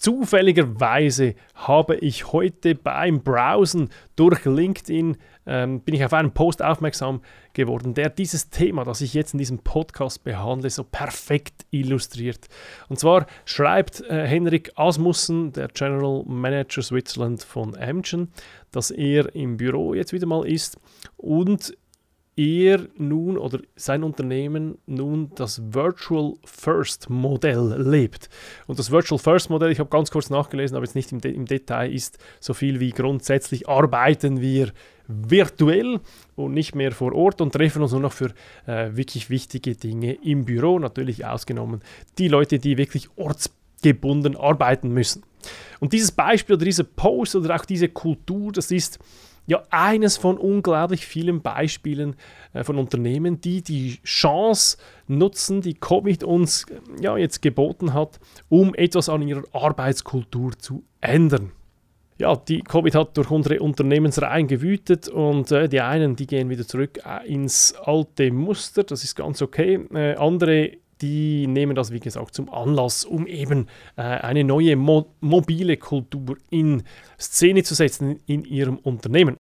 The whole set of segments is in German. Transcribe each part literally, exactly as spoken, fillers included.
Zufälligerweise habe ich heute beim Browsen durch LinkedIn ähm, bin ich auf einen Post aufmerksam geworden, der dieses Thema, das ich jetzt in diesem Podcast behandle, so perfekt illustriert. Und zwar schreibt äh, Henrik Asmussen, der General Manager Switzerland von Amgen, dass er im Büro jetzt wieder mal ist und er nun oder sein Unternehmen nun das Virtual First Modell lebt. Und das Virtual First Modell, ich habe ganz kurz nachgelesen, aber jetzt nicht im, De- im Detail, ist so viel wie grundsätzlich arbeiten wir virtuell und nicht mehr vor Ort und treffen uns nur noch für äh, wirklich wichtige Dinge im Büro, natürlich ausgenommen die Leute, die wirklich ortsgebunden arbeiten müssen. Und dieses Beispiel oder dieser Post oder auch diese Kultur, das ist ja eines von unglaublich vielen Beispielen äh, von Unternehmen, die die Chance nutzen, die Covid uns äh, ja, jetzt geboten hat, um etwas an ihrer Arbeitskultur zu ändern. Ja, die Covid hat durch unsere Unternehmensreihen gewütet und äh, die einen, die gehen wieder zurück äh, ins alte Muster, das ist ganz okay. Äh, andere, die nehmen das, wie gesagt, zum Anlass, um eben äh, eine neue mo- mobile Kultur in Szene zu setzen in ihrem Unternehmen.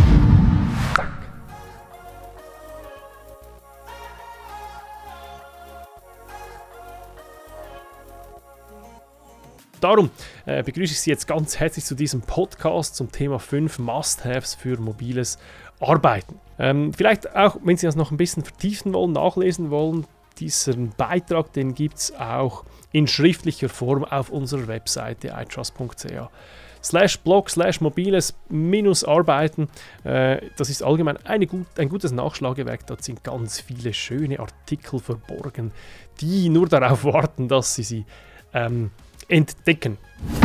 Darum äh, begrüße ich Sie jetzt ganz herzlich zu diesem Podcast zum Thema fünf Must-Haves für mobiles Arbeiten. Ähm, vielleicht auch, wenn Sie das noch ein bisschen vertiefen wollen, nachlesen wollen, diesen Beitrag, den gibt es auch in schriftlicher Form auf unserer Webseite i trust punkt c a. slash blog slash mobiles minus arbeiten. Äh, das ist allgemein eine gut, ein gutes Nachschlagewerk. Dort sind ganz viele schöne Artikel verborgen, die nur darauf warten, dass Sie sie ähm, entdecken.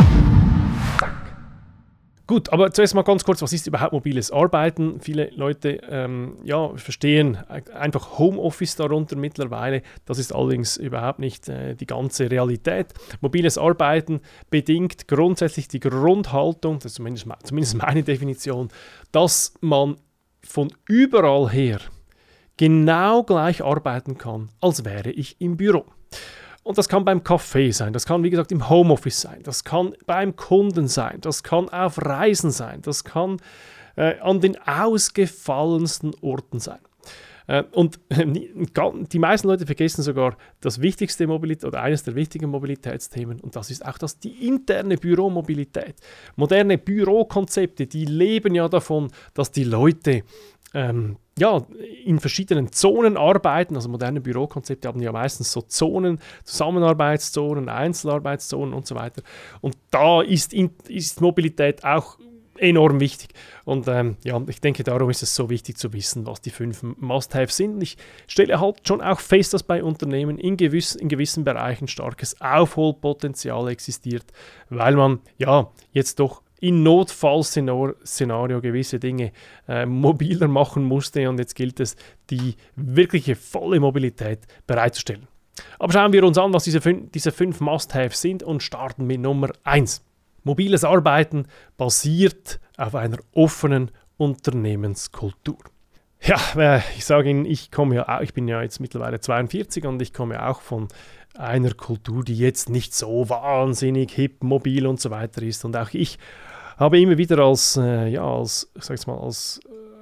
Gut, aber zuerst mal ganz kurz, was ist überhaupt mobiles Arbeiten? Viele Leute ähm, ja, verstehen einfach Homeoffice darunter mittlerweile. Das ist allerdings überhaupt nicht äh, die ganze Realität. Mobiles Arbeiten bedingt grundsätzlich die Grundhaltung, das ist zumindest, zumindest meine Definition, dass man von überall her genau gleich arbeiten kann, als wäre ich im Büro. Und das kann beim Café sein, das kann wie gesagt im Homeoffice sein, das kann beim Kunden sein, das kann auf Reisen sein, das kann äh, an den ausgefallensten Orten sein. Äh, und äh, die meisten Leute vergessen sogar das wichtigste Mobilität oder eines der wichtigen Mobilitätsthemen und das ist auch das, die interne Büromobilität. Moderne Bürokonzepte, die leben ja davon, dass die Leute ähm, ja, in verschiedenen Zonen arbeiten, also moderne Bürokonzepte haben ja meistens so Zonen, Zusammenarbeitszonen, Einzelarbeitszonen und so weiter. Und da ist, ist Mobilität auch enorm wichtig. Und ähm, ja, ich denke, darum ist es so wichtig zu wissen, was die fünf Must-Haves sind. Und ich stelle halt schon auch fest, dass bei Unternehmen in, gewiss, in gewissen Bereichen starkes Aufholpotenzial existiert, weil man ja jetzt doch in Notfallszenario gewisse Dinge äh, mobiler machen musste und jetzt gilt es, die wirkliche volle Mobilität bereitzustellen. Aber schauen wir uns an, was diese fünf, diese fünf Must-Haves sind und starten mit Nummer eins. Mobiles Arbeiten basiert auf einer offenen Unternehmenskultur. Ja, ich sage Ihnen, ich komme ja auch, ich bin ja jetzt mittlerweile zweiundvierzig und ich komme ja auch von einer Kultur, die jetzt nicht so wahnsinnig hip, mobil und so weiter ist. Und auch ich habe immer wieder als, äh, ja, als, ich sag's mal, als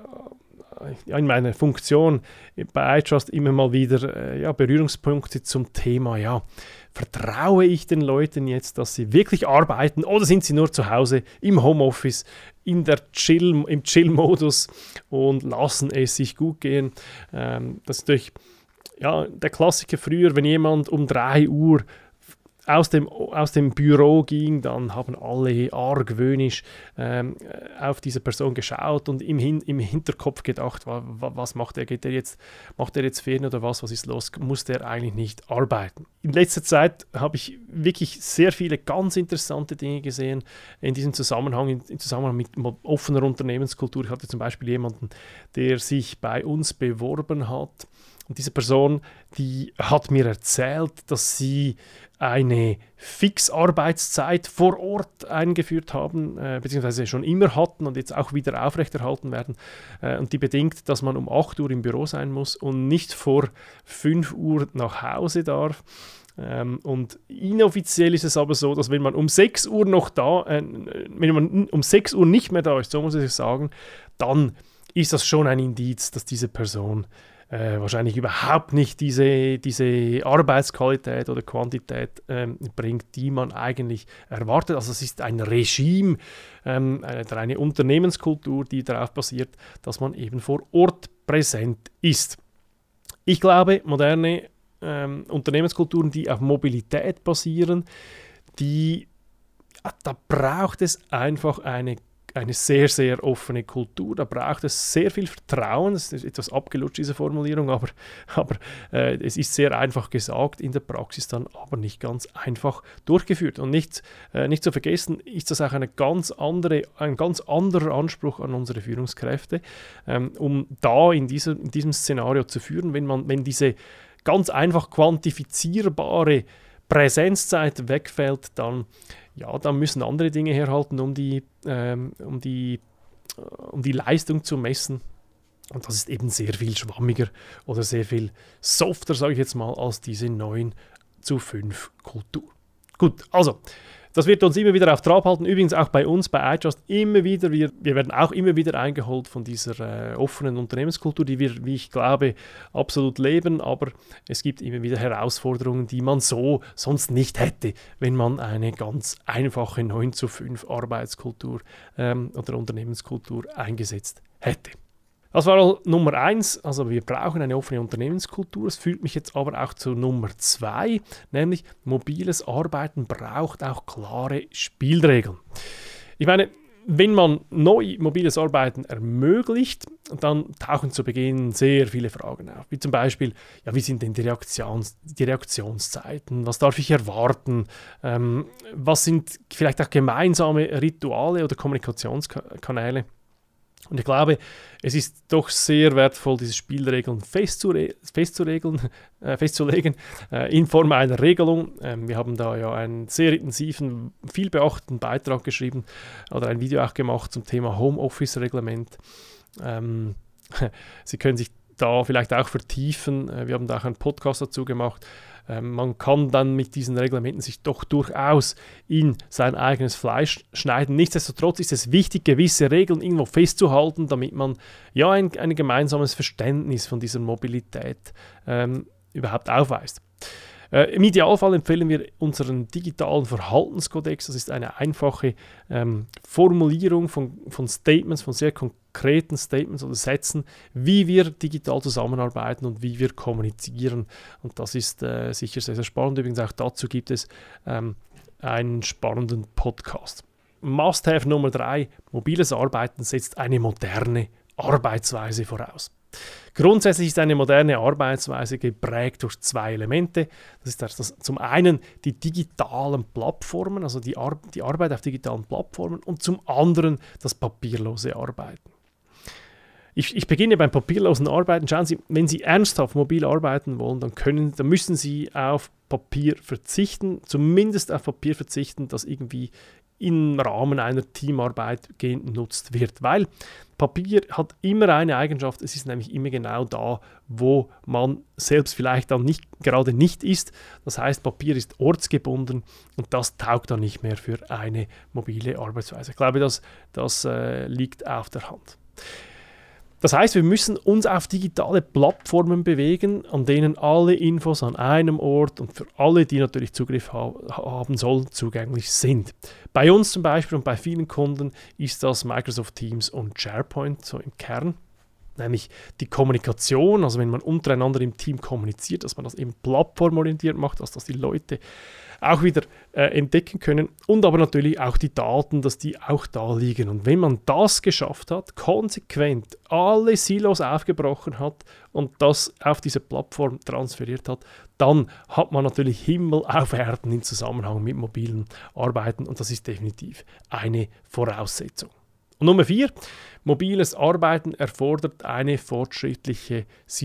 äh, ja, in meiner Funktion bei iTrust immer mal wieder äh, ja, Berührungspunkte zum Thema, ja, vertraue ich den Leuten jetzt, dass sie wirklich arbeiten oder sind sie nur zu Hause im Homeoffice, in der Chill, im Chill-Modus und lassen es sich gut gehen. Ähm, das ist natürlich ja, der Klassiker früher, wenn jemand um drei Uhr aus dem, aus dem Büro ging, dann haben alle argwöhnisch ähm, auf diese Person geschaut und im, Hin- im Hinterkopf gedacht, wa- wa- was macht er? Geht er jetzt, macht er jetzt Ferien oder was? Was ist los? Muss der eigentlich nicht arbeiten? In letzter Zeit habe ich wirklich sehr viele ganz interessante Dinge gesehen in diesem Zusammenhang, in, in Zusammenhang mit offener Unternehmenskultur. Ich hatte zum Beispiel jemanden, der sich bei uns beworben hat. Und diese Person, die hat mir erzählt, dass sie eine Fixarbeitszeit vor Ort eingeführt haben, äh, beziehungsweise schon immer hatten und jetzt auch wieder aufrechterhalten werden. Äh, und die bedingt, dass man um acht Uhr im Büro sein muss und nicht vor fünf Uhr nach Hause darf. Ähm, und inoffiziell ist es aber so, dass wenn man um sechs Uhr noch da, äh, wenn man um sechs Uhr nicht mehr da ist, so muss ich sagen, dann ist das schon ein Indiz, dass diese Person äh, wahrscheinlich überhaupt nicht diese, diese Arbeitsqualität oder Quantität ähm, bringt, die man eigentlich erwartet. Also es ist ein Regime, ähm, eine, eine Unternehmenskultur, die darauf basiert, dass man eben vor Ort präsent ist. Ich glaube, moderne ähm, Unternehmenskulturen, die auf Mobilität basieren, die, ja, da braucht es einfach eine, eine sehr, sehr offene Kultur. Da braucht es sehr viel Vertrauen. Das ist etwas abgelutscht, diese Formulierung, aber, aber äh, es ist sehr einfach gesagt, in der Praxis dann aber nicht ganz einfach durchgeführt. Und nicht, äh, nicht zu vergessen, ist das auch eine ganz andere, ein ganz anderer Anspruch an unsere Führungskräfte, ähm, um da in, dieser, in diesem Szenario zu führen, wenn man, wenn diese ganz einfach quantifizierbare Präsenzzeit wegfällt, dann, ja, dann müssen andere Dinge herhalten, um die, ähm, um, die, äh, um die Leistung zu messen. Und das ist eben sehr viel schwammiger oder sehr viel softer, sage ich jetzt mal, als diese neun zu fünf Kultur. Gut, also, das wird uns immer wieder auf Trab halten. Übrigens auch bei uns, bei iJust, immer wieder, wir, wir werden auch immer wieder eingeholt von dieser äh, offenen Unternehmenskultur, die wir, wie ich glaube, absolut leben. Aber es gibt immer wieder Herausforderungen, die man so sonst nicht hätte, wenn man eine ganz einfache neun zu fünf Arbeitskultur ähm, oder Unternehmenskultur eingesetzt hätte. Das war Nummer eins, also wir brauchen eine offene Unternehmenskultur. Es führt mich jetzt aber auch zu Nummer zwei, nämlich mobiles Arbeiten braucht auch klare Spielregeln. Ich meine, wenn man neu mobiles Arbeiten ermöglicht, dann tauchen zu Beginn sehr viele Fragen auf. Wie zum Beispiel, ja, wie sind denn die, Reaktions-, die Reaktionszeiten? Was darf ich erwarten? Ähm, was sind vielleicht auch gemeinsame Rituale oder Kommunikationskanäle? Und ich glaube, es ist doch sehr wertvoll, diese Spielregeln festzure- festzuregeln, äh, festzulegen, äh, in Form einer Regelung. Ähm, wir haben da ja einen sehr intensiven, viel beachteten Beitrag geschrieben oder ein Video auch gemacht zum Thema Homeoffice-Reglement. Ähm, Sie können sich da vielleicht auch vertiefen. Wir haben da auch einen Podcast dazu gemacht. Man kann dann mit diesen Reglementen sich doch durchaus in sein eigenes Fleisch schneiden. Nichtsdestotrotz ist es wichtig, gewisse Regeln irgendwo festzuhalten, damit man ja ein, ein gemeinsames Verständnis von dieser Mobilität ähm, überhaupt aufweist. Äh, Im Idealfall empfehlen wir unseren digitalen Verhaltenskodex. Das ist eine einfache ähm, Formulierung von, von Statements, von sehr konkreten Statements oder Sätzen, wie wir digital zusammenarbeiten und wie wir kommunizieren. Und das ist äh, sicher sehr, sehr spannend. Übrigens auch dazu gibt es ähm, einen spannenden Podcast. Must-have Nummer drei, mobiles Arbeiten setzt eine moderne Arbeitsweise voraus. Grundsätzlich ist eine moderne Arbeitsweise geprägt durch zwei Elemente. Das ist das, das, zum einen die digitalen Plattformen, also die, Ar- die Arbeit auf digitalen Plattformen, und zum anderen das papierlose Arbeiten. Ich, ich beginne beim papierlosen Arbeiten. Schauen Sie, wenn Sie ernsthaft mobil arbeiten wollen, dann, können, dann müssen Sie auf Papier verzichten, zumindest auf Papier verzichten, das irgendwie im Rahmen einer Teamarbeit genutzt wird, weil Papier hat immer eine Eigenschaft, es ist nämlich immer genau da, wo man selbst vielleicht dann nicht, gerade nicht ist. Das heißt, Papier ist ortsgebunden und das taugt dann nicht mehr für eine mobile Arbeitsweise. Ich glaube, das, das äh, liegt auf der Hand. Das heißt, wir müssen uns auf digitale Plattformen bewegen, an denen alle Infos an einem Ort und für alle, die natürlich Zugriff ha- haben sollen, zugänglich sind. Bei uns zum Beispiel und bei vielen Kunden ist das Microsoft Teams und SharePoint so im Kern. Nämlich die Kommunikation, also wenn man untereinander im Team kommuniziert, dass man das eben plattformorientiert macht, dass das die Leute auch wieder äh, entdecken können, und aber natürlich auch die Daten, dass die auch da liegen. Und wenn man das geschafft hat, konsequent alle Silos aufgebrochen hat und das auf diese Plattform transferiert hat, dann hat man natürlich Himmel auf Erden im Zusammenhang mit mobilen Arbeiten, und das ist definitiv eine Voraussetzung. Und Nummer vier, mobiles Arbeiten erfordert eine fortschrittliche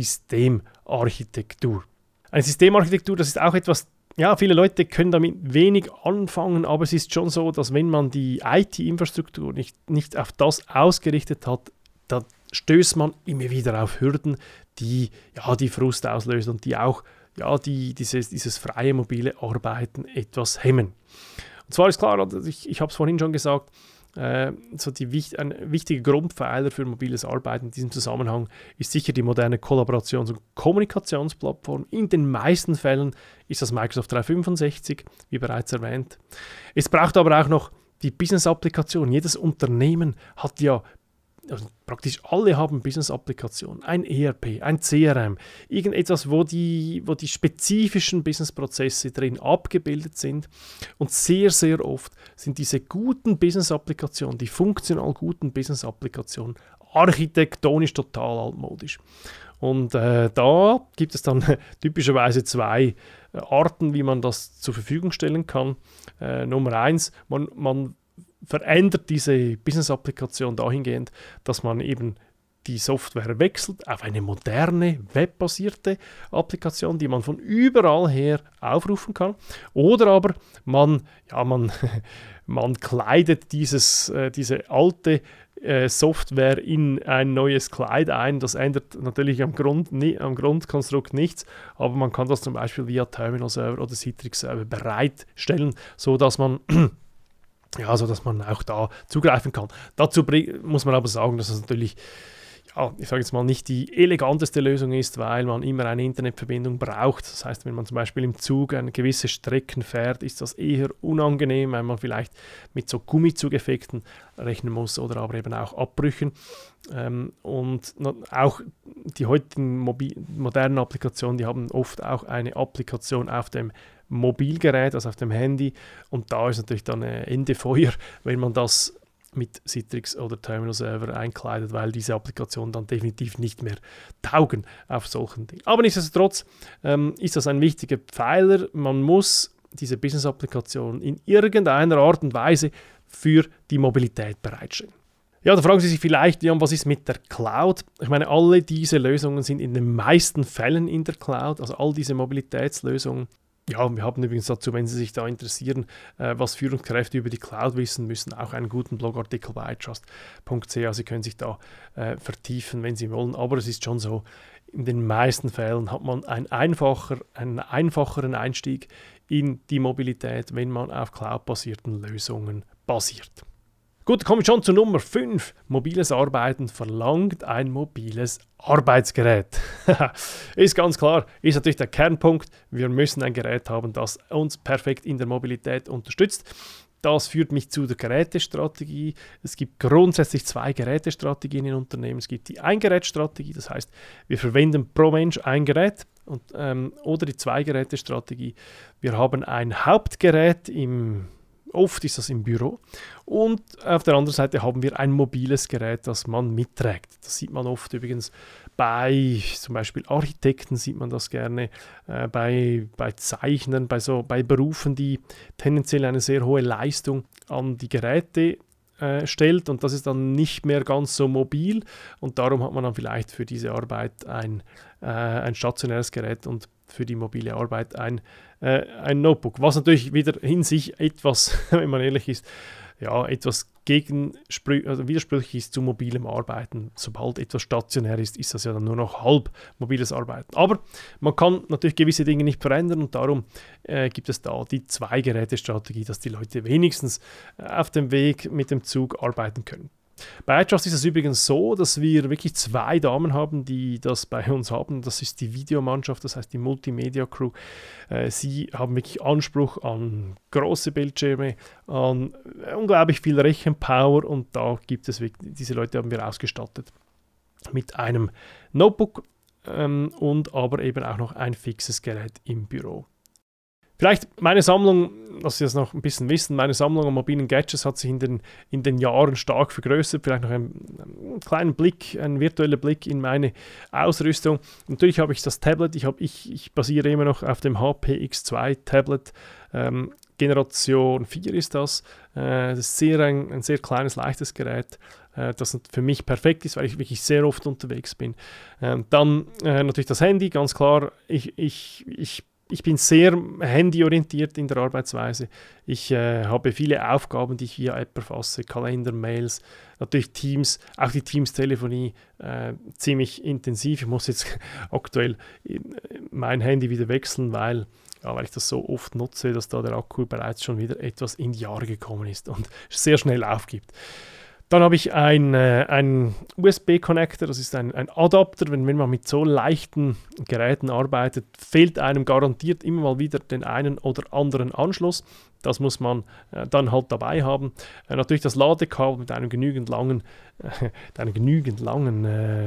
Systemarchitektur. Eine Systemarchitektur, das ist auch etwas, ja, viele Leute können damit wenig anfangen, aber es ist schon so, dass wenn man die I T-Infrastruktur nicht, nicht auf das ausgerichtet hat, dann stößt man immer wieder auf Hürden, die ja, die Frust auslösen und die auch ja, die, dieses, dieses freie mobile Arbeiten etwas hemmen. Und zwar ist klar, ich, ich habe es vorhin schon gesagt, äh, so die, ein wichtiger Grundpfeiler für mobiles Arbeiten in diesem Zusammenhang ist sicher die moderne Kollaborations- und Kommunikationsplattform. In den meisten Fällen ist das Microsoft dreihundertfünfundsechzig, wie bereits erwähnt. Es braucht aber auch noch die Business-Applikation. Jedes Unternehmen hat ja, also praktisch alle haben Business-Applikationen, ein E R P, ein C R M, irgendetwas, wo die, wo die spezifischen Business-Prozesse drin abgebildet sind. Und sehr, sehr oft sind diese guten Business-Applikationen, die funktional guten Business-Applikationen, architektonisch total altmodisch. Und äh, da gibt es dann typischerweise zwei äh, Arten, wie man das zur Verfügung stellen kann. Äh, Nummer eins, man, man verändert diese Business-Applikation dahingehend, dass man eben die Software wechselt auf eine moderne, webbasierte Applikation, die man von überall her aufrufen kann. Oder aber man, ja, man, man kleidet dieses, äh, diese alte äh, Software in ein neues Kleid ein. Das ändert natürlich am, Grund, nie, am Grundkonstrukt nichts, aber man kann das zum Beispiel via Terminal Server oder Citrix Server bereitstellen, sodass man Ja, so dass man auch da zugreifen kann. Dazu muss man aber sagen, dass es natürlich, ja, ich sage jetzt mal, nicht die eleganteste Lösung ist, weil man immer eine Internetverbindung braucht. Das heißt, wenn man zum Beispiel im Zug eine gewisse Strecken fährt, ist das eher unangenehm, weil man vielleicht mit so Gummizugeffekten rechnen muss oder aber eben auch Abbrüchen. Ähm, und auch die heutigen mobil- modernen Applikationen, die haben oft auch eine Applikation auf dem Mobilgerät, also auf dem Handy, und da ist natürlich dann äh, Ende Feuer, wenn man das mit Citrix oder Terminal Server einkleidet, weil diese Applikationen dann definitiv nicht mehr taugen auf solchen Dingen. Aber nichtsdestotrotz ähm, ist das ein wichtiger Pfeiler. Man muss diese Business-Applikation in irgendeiner Art und Weise für die Mobilität bereitstellen. Ja, da fragen Sie sich vielleicht, ja, was ist mit der Cloud? Ich meine, alle diese Lösungen sind in den meisten Fällen in der Cloud, also all diese Mobilitätslösungen. Ja, wir haben übrigens dazu, wenn Sie sich da interessieren, äh, was Führungskräfte über die Cloud wissen müssen, auch einen guten Blogartikel bei iTrust punkt c h. Sie können sich da äh, vertiefen, wenn Sie wollen. Aber es ist schon so, in den meisten Fällen hat man ein einfacher, einen einfacheren Einstieg in die Mobilität, wenn man auf cloud-basierten Lösungen basiert. Gut, kommen wir schon zu Nummer fünf. Mobiles Arbeiten verlangt ein mobiles Arbeitsgerät. Ist ganz klar, ist natürlich der Kernpunkt. Wir müssen ein Gerät haben, das uns perfekt in der Mobilität unterstützt. Das führt mich zu der Gerätestrategie. Es gibt grundsätzlich zwei Gerätestrategien in Unternehmen. Es gibt die Ein-Gerät-Strategie, das heißt, wir verwenden pro Mensch ein Gerät. Und, ähm, oder die Zwei-Geräte-Strategie. Wir haben ein Hauptgerät im Oft ist das im Büro. Und auf der anderen Seite haben wir ein mobiles Gerät, das man mitträgt. Das sieht man oft übrigens bei zum Beispiel Architekten, sieht man das gerne, äh, bei, bei Zeichnern, bei, so, bei Berufen, die tendenziell eine sehr hohe Leistung an die Geräte äh, stellt. Und das ist dann nicht mehr ganz so mobil. Und darum hat man dann vielleicht für diese Arbeit ein, äh, ein stationäres Gerät und für die mobile Arbeit ein, äh, ein Notebook, was natürlich wieder in sich etwas, wenn man ehrlich ist, ja, etwas gegenspr- also widersprüchlich ist zu mobilem Arbeiten. Sobald etwas stationär ist, ist das ja dann nur noch halb mobiles Arbeiten. Aber man kann natürlich gewisse Dinge nicht verändern und darum äh, gibt es da die Zwei-Geräte-Strategie, dass die Leute wenigstens äh, auf dem Weg mit dem Zug arbeiten können. Bei iTrust ist es übrigens so, dass wir wirklich zwei Damen haben, die das bei uns haben. Das ist die Videomannschaft, das heißt die Multimedia-Crew. Äh, sie haben wirklich Anspruch an große Bildschirme, an unglaublich viel Rechenpower und da gibt es wirklich, diese Leute haben wir ausgestattet mit einem Notebook ähm, und aber eben auch noch ein fixes Gerät im Büro. Vielleicht meine Sammlung, dass Sie das noch ein bisschen wissen, meine Sammlung an mobilen Gadgets hat sich in den, in den Jahren stark vergrößert. Vielleicht noch ein, ein kleinen Blick, ein virtueller Blick in meine Ausrüstung. Natürlich habe ich das Tablet, ich, hab, ich, ich basiere immer noch auf dem H P X zwei Tablet. Ähm, Generation vier ist das. Äh, das ist sehr ein, ein sehr kleines, leichtes Gerät, äh, das für mich perfekt ist, weil ich wirklich sehr oft unterwegs bin. Ähm, dann äh, natürlich das Handy, ganz klar. Ich, ich, ich ich bin sehr handyorientiert in der Arbeitsweise. Ich äh, habe viele Aufgaben, die ich via App erfasse, Kalender, Mails, natürlich Teams, auch die Teams-Telefonie äh, ziemlich intensiv. Ich muss jetzt aktuell mein Handy wieder wechseln, weil, ja, weil ich das so oft nutze, dass da der Akku bereits schon wieder etwas in die Jahre gekommen ist und sehr schnell aufgibt. Dann habe ich einen ein U S B-Connector, das ist ein, ein Adapter. Wenn, wenn man mit so leichten Geräten arbeitet, fehlt einem garantiert immer mal wieder den einen oder anderen Anschluss. Das muss man äh, dann halt dabei haben. Äh, natürlich das Ladekabel mit einem genügend langen, äh, einem genügend langen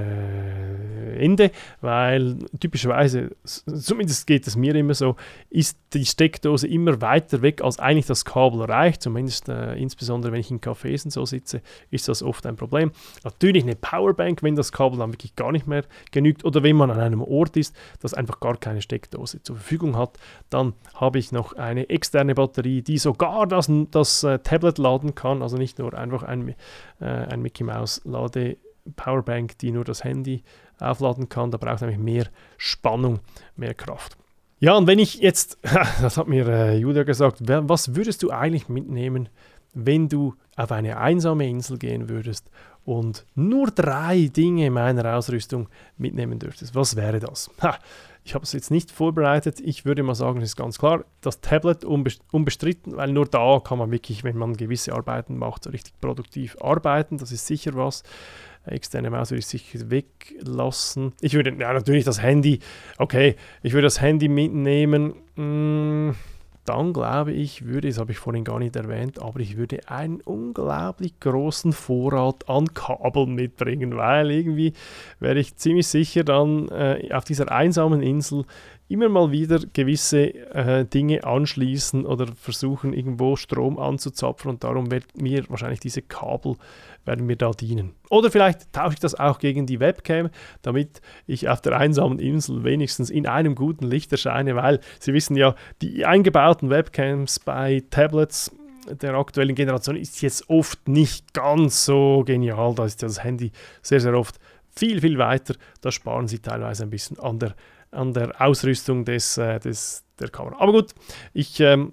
äh, Ende, weil typischerweise, zumindest geht es mir immer so, ist die Steckdose immer weiter weg, als eigentlich das Kabel reicht. Zumindest äh, insbesondere, wenn ich in Cafés und so sitze, ist das oft ein Problem. Natürlich eine Powerbank, wenn das Kabel dann wirklich gar nicht mehr genügt oder wenn man an einem Ort ist, das einfach gar keine Steckdose zur Verfügung hat, dann habe ich noch eine externe Batterie, die sogar das, das äh, Tablet laden kann, also nicht nur einfach ein, äh, ein Mickey Mouse Lade Powerbank, die nur das Handy aufladen kann, da braucht es nämlich mehr Spannung, mehr Kraft. Ja, und wenn ich jetzt, das hat mir äh, Julia gesagt, was würdest du eigentlich mitnehmen, wenn du auf eine einsame Insel gehen würdest und nur drei Dinge meiner Ausrüstung mitnehmen dürftest? Was wäre das? Ha, ich habe es jetzt nicht vorbereitet. Ich würde mal sagen, es ist ganz klar, das Tablet unbestritten, weil nur da kann man wirklich, wenn man gewisse Arbeiten macht, so richtig produktiv arbeiten. Das ist sicher was. Externe Maus würde ich sicher weglassen. Ich würde, ja natürlich das Handy, okay, ich würde das Handy mitnehmen. Mh, Dann glaube ich, würde, das habe ich vorhin gar nicht erwähnt, aber ich würde einen unglaublich großen Vorrat an Kabeln mitbringen, weil irgendwie wäre ich ziemlich sicher dann äh, auf dieser einsamen Insel immer mal wieder gewisse äh, Dinge anschließen oder versuchen, irgendwo Strom anzuzapfen und darum werden mir wahrscheinlich diese Kabel werden mir da dienen. Oder vielleicht tausche ich das auch gegen die Webcam, damit ich auf der einsamen Insel wenigstens in einem guten Licht erscheine, weil Sie wissen ja, die eingebauten Webcams bei Tablets der aktuellen Generation ist jetzt oft nicht ganz so genial. Da ist ja das Handy sehr, sehr oft viel, viel weiter. Da sparen Sie teilweise ein bisschen an der an der Ausrüstung des, äh, des, der Kamera. Aber gut, ich, ähm,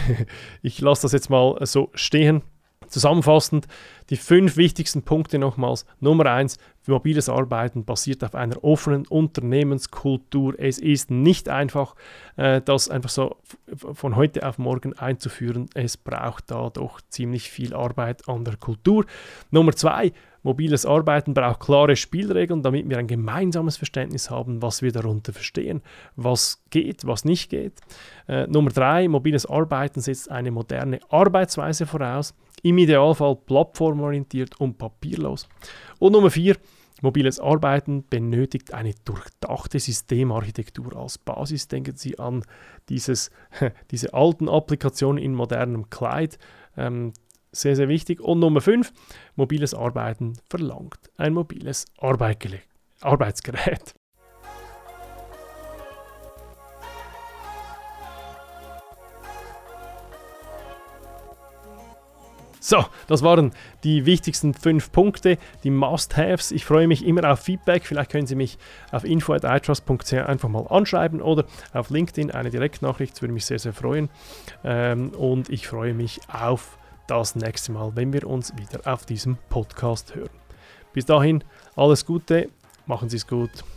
ich lasse das jetzt mal so stehen. Zusammenfassend, die fünf wichtigsten Punkte nochmals. Nummer eins, mobiles Arbeiten basiert auf einer offenen Unternehmenskultur. Es ist nicht einfach, äh, das einfach so von heute auf morgen einzuführen. Es braucht da doch ziemlich viel Arbeit an der Kultur. Nummer zwei, mobiles Arbeiten braucht klare Spielregeln, damit wir ein gemeinsames Verständnis haben, was wir darunter verstehen, was geht, was nicht geht. Äh, Nummer drei, mobiles Arbeiten setzt eine moderne Arbeitsweise voraus, im Idealfall plattformorientiert und papierlos. Und Nummer vier, mobiles Arbeiten benötigt eine durchdachte Systemarchitektur als Basis. Denken Sie an dieses, diese alten Applikationen in modernem Kleid. Ähm, Sehr, sehr wichtig. Und Nummer fünf, mobiles Arbeiten verlangt ein mobiles Arbeitgele- Arbeitsgerät. So, das waren die wichtigsten fünf Punkte, die Must-Haves. Ich freue mich immer auf Feedback. Vielleicht können Sie mich auf info at i trust punkt c h einfach mal anschreiben oder auf LinkedIn eine Direktnachricht. Das würde mich sehr, sehr freuen. Ähm, und ich freue mich auf das nächste Mal, wenn wir uns wieder auf diesem Podcast hören. Bis dahin, alles Gute, machen Sie es gut.